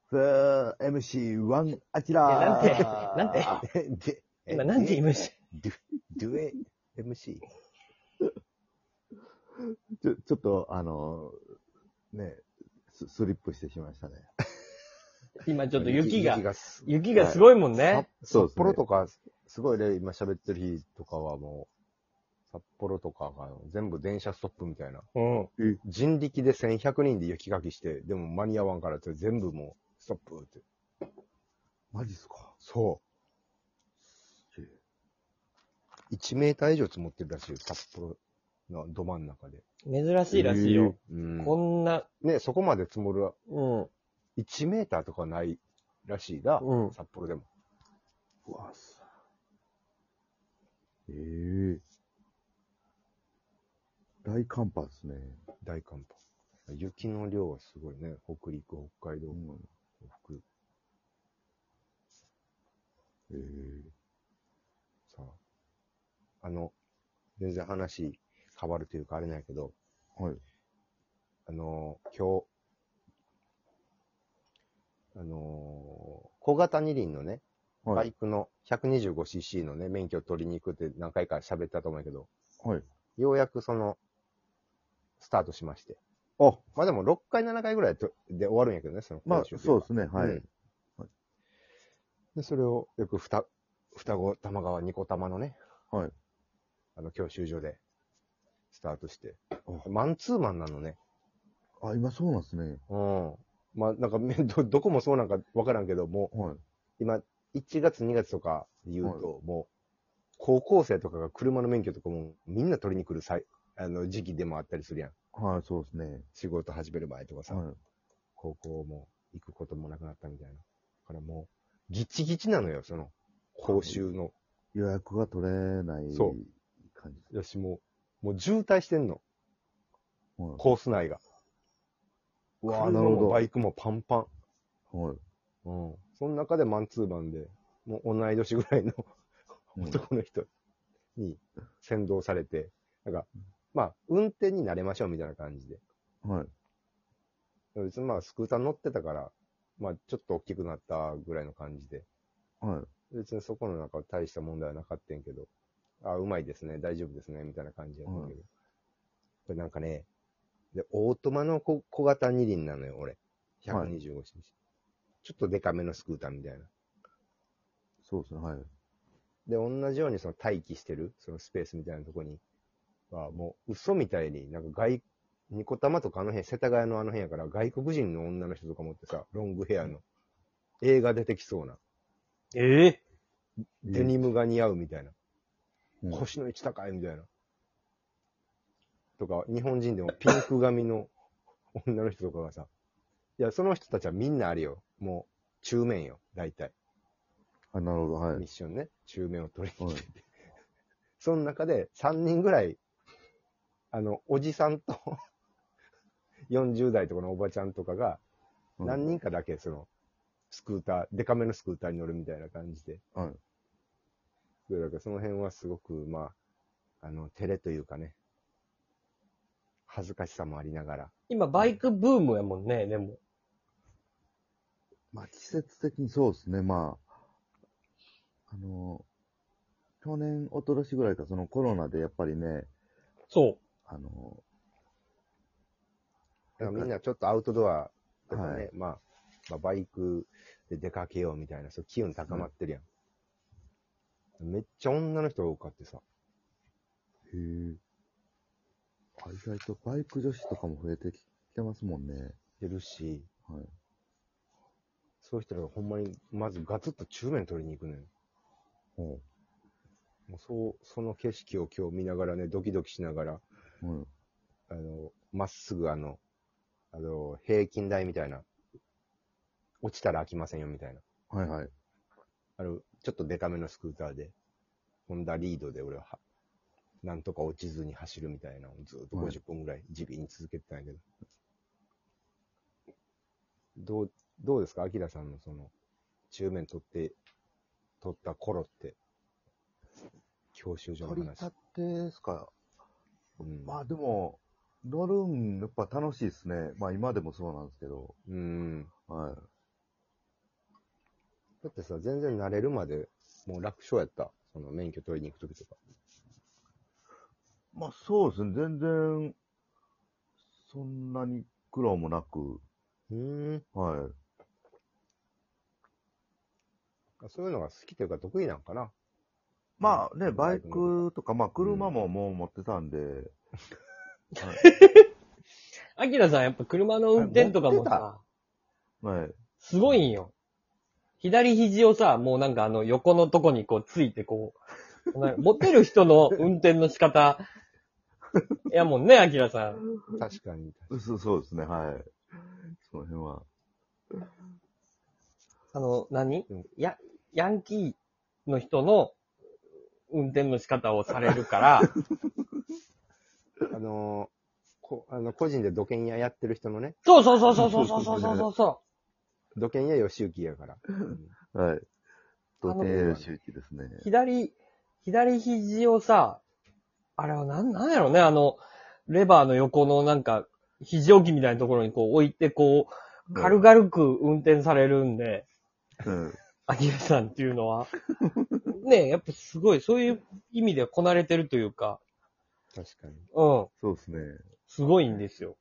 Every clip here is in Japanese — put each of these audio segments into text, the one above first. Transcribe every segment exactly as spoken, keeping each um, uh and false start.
さあ、エムシーワン、アキラー。 なんてなんてで、 今なんて言いました？ ドゥ、ドゥエ エムシー。ちょ、ちょっと、あの、ね、ススリップしてしまいましたね。 今ちょっと雪が、 雪がす、 雪がすごいもんね。 はいそうですね札幌とか、すごいね、今喋ってる日とかはもう、札幌とかが全部電車ストップみたいな。 うん。 人力でせんひゃくにんで雪かきして、でも間に合わんからって全部もうストップって。 マジっすか。 そう。いちメーター以上積もってるらしいよ、札幌のど真ん中で。 珍しいらしいよ。 うん。 こんな、 ね、そこまで積もる、 うん。 いちメーターとかないらしいな、 うん札幌でも。 うわさ。ええ大寒波ですね。 大寒波。雪の量はすごいね。北陸、北海道、 うん。 北。 ええさあ。あの、全然話変わるというかあれなんやけど、 はい。 あの、今日、あの、小型二輪のね、バはい。 イクの ひゃくにじゅうごシーシー のね、免許を取りに行くって何回か喋ったと思うけど、 はい。 ようやくその、スタートしまして。 あ、 まあでもろっかい、ななかいぐらいとで終わるんやけどね、そのまあ、 講習そうですね。はい。 うんで、それをよくふた、双子玉川ニコ玉のね、 はい。 あの教習所でスタートして。 あ、 マンツーマンなのね。 あ今そうなんですね。 うん。まあなんかめど、どこもそうなんかわからんけど、もうはい。 今、いちがつ、にがつとかで言うと、もう、高校生とかが車の免許とかもみんな取りに来る際あの時期でもあったりするやん。 はい、そうですね。 仕事始める前とかさ、 はい。 高校も行くこともなくなったみたいな。だからもう、ギチギチなのよ、その、講習の。 予約が取れないそ感じよし、もう、もう渋滞してんの。 はい。 コース内が。 うわー車もなるほど。 バイクもパンパン。 はい。 うん。その中でマンツーマンで、もう同い年ぐらいのうん男の人に先導されて、なんか、まあ、運転に慣れましょうみたいな感じで。 はい。 別にまあ、スクーター乗ってたから、まあ、ちょっと大きくなったぐらいの感じで。 はい。 別にそこの中大した問題はなかったんやけど、あ、うまいですね、大丈夫ですね、みたいな感じやったけど。これなんかね、で、オートマの小小型二輪なのよ、俺。ひゃくにじゅうごシーシー。ちょっとデカめのスクーターみたいな。 そうですね。はい。 で、同じようにその待機してる、そのスペースみたいなとこに、はもう嘘みたいに、なんか外、ニコタマとかあの辺、世田谷のあの辺やから外国人の女の人とか持ってさ、ロングヘアの、映画出てきそうな、 ええデニムが似合うみたいな、 うん腰の位置高いみたいな。とか、日本人でもピンク髪の女の人とかがさ、いや、その人たちはみんなあれよ。もう、中面よ、大体。 あ、なるほど。はい。 ミッションね。中面を取りにはい来てて。その中でさんにんぐらい、あの、おじさんとよんじゅう代とかのおばちゃんとかが、 うん何人かだけその、スクーター、デカめのスクーターに乗るみたいな感じで。 はい。 だからその辺はすごく、まあ、あの、照れというかね、恥ずかしさもありながら。 今バイクブームやもんね、でも。 まあ、季節的にそうですね。まあ、あの、去年、一昨年ぐらいか、そのコロナでやっぱりね、 そあの、 だからみんなちょっとアウトドアとかね、 はいまあ、まあ、バイクで出かけようみたいな、そう機運高まってるやん。めっちゃ女の人多かってさ。 へえ。あ、意外とバイク女子とかも増えてきてますもんね。 出るし、 はい。 そういう人らがほんまに、まずガツッと中面取りに行くのよ。 ほもうそう、その景色を今日見ながらね、ドキドキしながら、 う。はい。 あの、まっすぐあの、あの、平均台みたいな、落ちたら飽きませんよみたいな。 はいはい。 あの、ちょっとデカめのスクーターで、ホンダリードで俺は、なんとか落ちずに走るみたいなのをずっとごじゅっぷんぐらい地味に続けてたんやけど。どう、どうですかアキラさんのその、中面取って、取った頃って、教習所の取り話。 立てですか。 うん、 まあでも、乗るん、やっぱ楽しいですね。まあ今でもそうなんですけど。 うん。 はい。 ってさ、全然慣れるまで、もう楽勝やった。その免許取りに行くときとか。 まあそうですね、全然、そんなに苦労もなく、 うーん。 はい。 そういうのが好きというか得意なんかな。 まあね、バイバイク乗るクとか、まあ車ももう持ってたんで、はいアキラさんやっぱ車の運転とかもあさ、 はい。 すごいんよ。左肘をさ、もうなんかあの横のとこにこうついてこう、なんか持てる人の運転の仕方、いやもんね、アキラさん。 確かに。 そうそうですね、はい。その辺は。 あの、何うんや、ヤンキーの人の運転の仕方をされるから、 あのーこ、あの、個人で土建屋やってる人のね、 そうそうそうそうそうそうそうそうそ土建屋吉行やから。うんはい。とあのても周期ですねう。。左、左肘をさ、あれはなん、なんやろね、あの、レバーの横のなんか、肘置きみたいなところにこう置いて、こう、軽々く運転されるんで、 うん。 アキラさんっていうのは。ねえ、やっぱすごい、そういう意味ではこなれてるというか、 確かに。 うん、 そうですね。 すごいんですよ。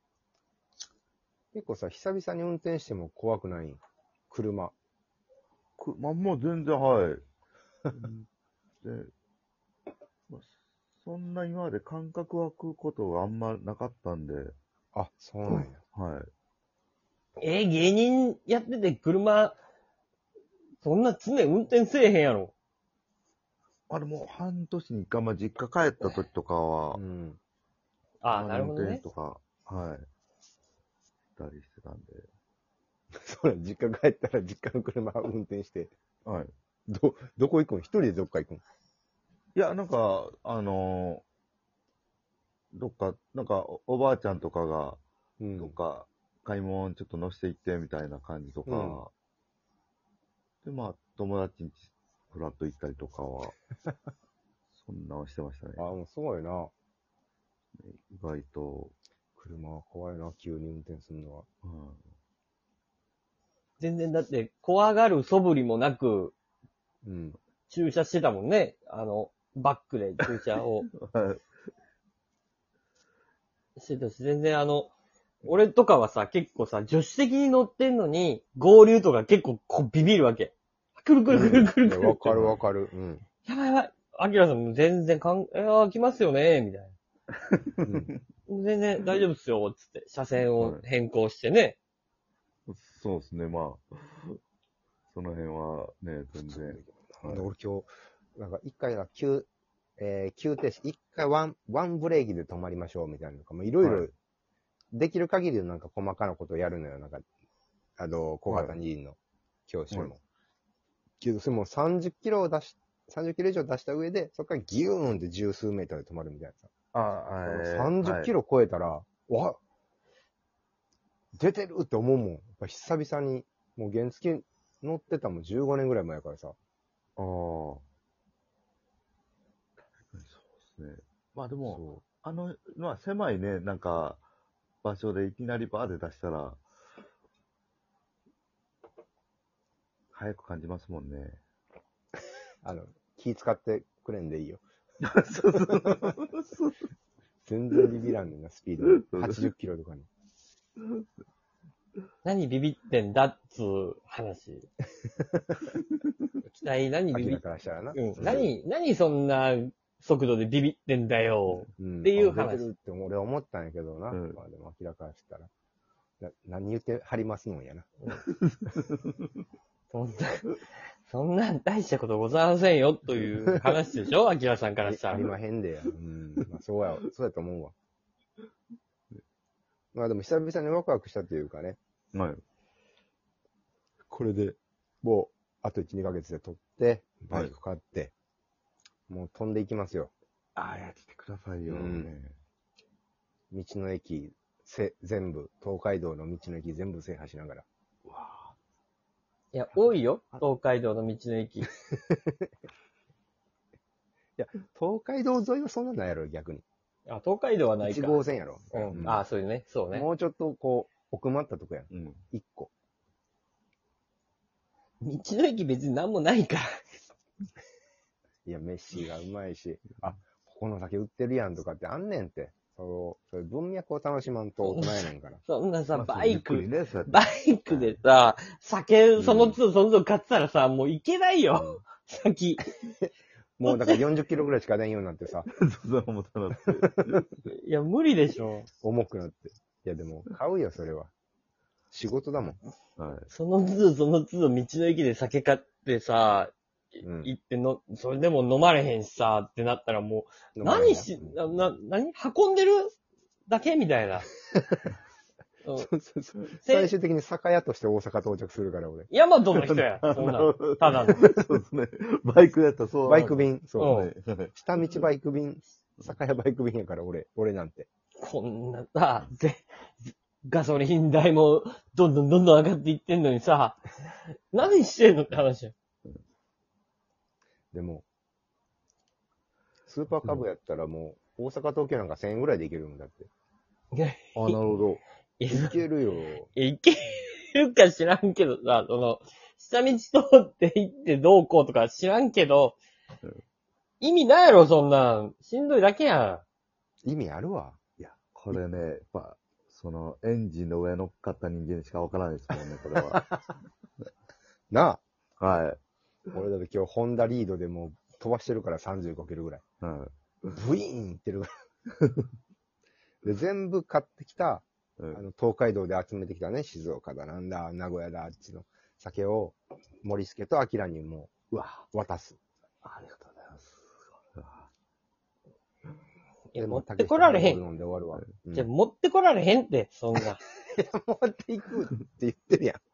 結構さ、久々に運転しても怖くない車。 くまあもう全然、はい。うんで、まあ、そんな今まで感覚湧くことがあんまなかったんで、 あ、そうなんや。 はい。 えー芸人やってて車、そんな常運転せえへんやろ。 あれもう半年に一回、まあ実家帰った時とかはう、ん。 ああ、 たまに運なるほどね。 転とか、はい。したりしてたんで。 そうだ、実家帰ったら実家の車運転して、 はい。 ど、どこ行くん？一人でどっか行くん？ いや、なんか、あのーどっか、なんかお、おばあちゃんとかが、 うんどっか、買い物ちょっと乗せて行ってみたいな感じとか、で、まあ、友達にフラッと行ったりとかは、そんなのしてましたね。 あ、もうすごいな。 意外と、 車は怖いな、急に運転するのは。 うん全然だって、怖がる素振りもなく、 うん。 駐車してたもんね。あの、バックで駐車をしてたし、全然あの、俺とかはさ、結構さ、助手席に乗ってんのに、合流とか結構こうビビるわけ。くるくるくるくるくる。 わかるわかる。うん。 やばいやばい。アキラさんも全然かん、えー、来ますよねみたいうん。 な。全然大丈夫っすよ、つって。車線を変更してね。 そうですね、まあ、その辺はね、全然。はい俺今日、なんか一回な、急、えー、急停止、一回ワン、ワンブレーキで止まりましょうみたいなのとか、もういろいろはい、 できる限りのなんか細かなことをやるのよ。なんか、あの、小型二輪の教習も。 はいけど、それもさんじゅっキロを出し、さんじゅっキロ以上出した上で、そこからギューンって十数メートルで止まるみたいなさ。 あ、えーさんじゅっキロ超えたら、わ出てるって思うもん。やっぱ久々に、もう原付乗ってたもんじゅうごねんぐらい前やからさ。 はい、ああ。確かにそうですね。まあでも、 そあの、まあ狭いね、なんか、場所でいきなりバーで出したら、早く感じますもんね。 う。あの、気使ってくれんでいいよ。 そうそう全然ビビらんねんな、スピード。はちじゅっキロとかに。 何ビビってんだっつう話。期待何ビビっアキラからしたらな。 うん。何、何そんな速度でビビってんだよ。 うん、 っていう話あ出てるって俺は思ったんやけどな。 うんまあでも明らかにしたら。な何言ってはりますのんやな。 そんな、そんな大したことございませんよという話でしょアキラさんからしたら。 ありまへんでや。うん。まあそうや、そうやと思うわ。まあでも久々にワクワクしたというかね。 はい。 これで、もう、あといち、にかげつで取って、バイク買って、もう飛んでいきますよ。 ああ、やってくださいよ、 うんね。 道の駅、せ、全部、東海道の道の駅全部制覇しながら。 うわあいや、多いよ。東海道の道の駅。 いや、東海道沿いはそんなないやろ、逆に。 あ、東海道はないいちか。 号線やろ。 うん。 うんあ、そういうね。そうね。 もうちょっとこう、奥まったとこやん。 うん。 一個。 道の駅別に何もないから。 いや、飯がうまいし、あ、ここの酒売ってるやんとかってあんねんって。そう、そういう文脈を楽しまんと大人やねんから。 そんなさ、 まあバイク、 ゆっくりね、そうやってバイクでさ、酒、そのうん都度その都度買ってたらさ、もう行けないよ。先。 もうだからよんじゅっキロぐらいしか出んようになってさ、 そう思ったなって。 いや、無理でしょ。 重くなって。いやでも、買うよ、それは。仕事だもん。 はい。 その都度その都度道の駅で酒買ってさ、 うん行っての、それでも飲まれへんしさ、ってなったらもう、何し、な、な、何運んでるだけみたいな。うんそうそうそう最終的に酒屋として大阪到着するから、俺。 ヤマトの人や。そんなの。ただの。 そうですね。バイクやったらそう。 バイク便、 うそんう。下道バイク便、酒屋バイク便やから、俺、俺なんて。 こんなさ、ぜ、ガソリン代もどんどんどんどん上がっていってんのにさ、何してんのって話よ。 でも、スーパーカブやったらもう、大阪東京なんかせんえんぐらいで行けるんだって。 いや、 あ、なるほど。 いやいけるよ。 いけるか知らんけどさ、その、下道通って行ってどうこうとか知らんけど、 うん意味ないやろ、そんなん。しんどいだけや意味あるわ。いや、 これね、やっぱ、その、エンジンの上乗っかった人間にしかわからないですもんね、これは。 なあ、 はい。 俺だって今日ホンダリードでもう飛ばしてるからさんじゅうごキロぐらい。 はブイーンいってるから。で、全部買ってきた、 い。うんあの、東海道で集めてきたね、静岡だ、なんだ、名古屋だ、あっちの酒を、森助と明にもうわ、 う渡す。 ありがとうございます。うわいや、 で持ってこられへん。 飲んで終わるわ。うんじゃ、持ってこられへんって、そんな。 持っていくって言ってるやん。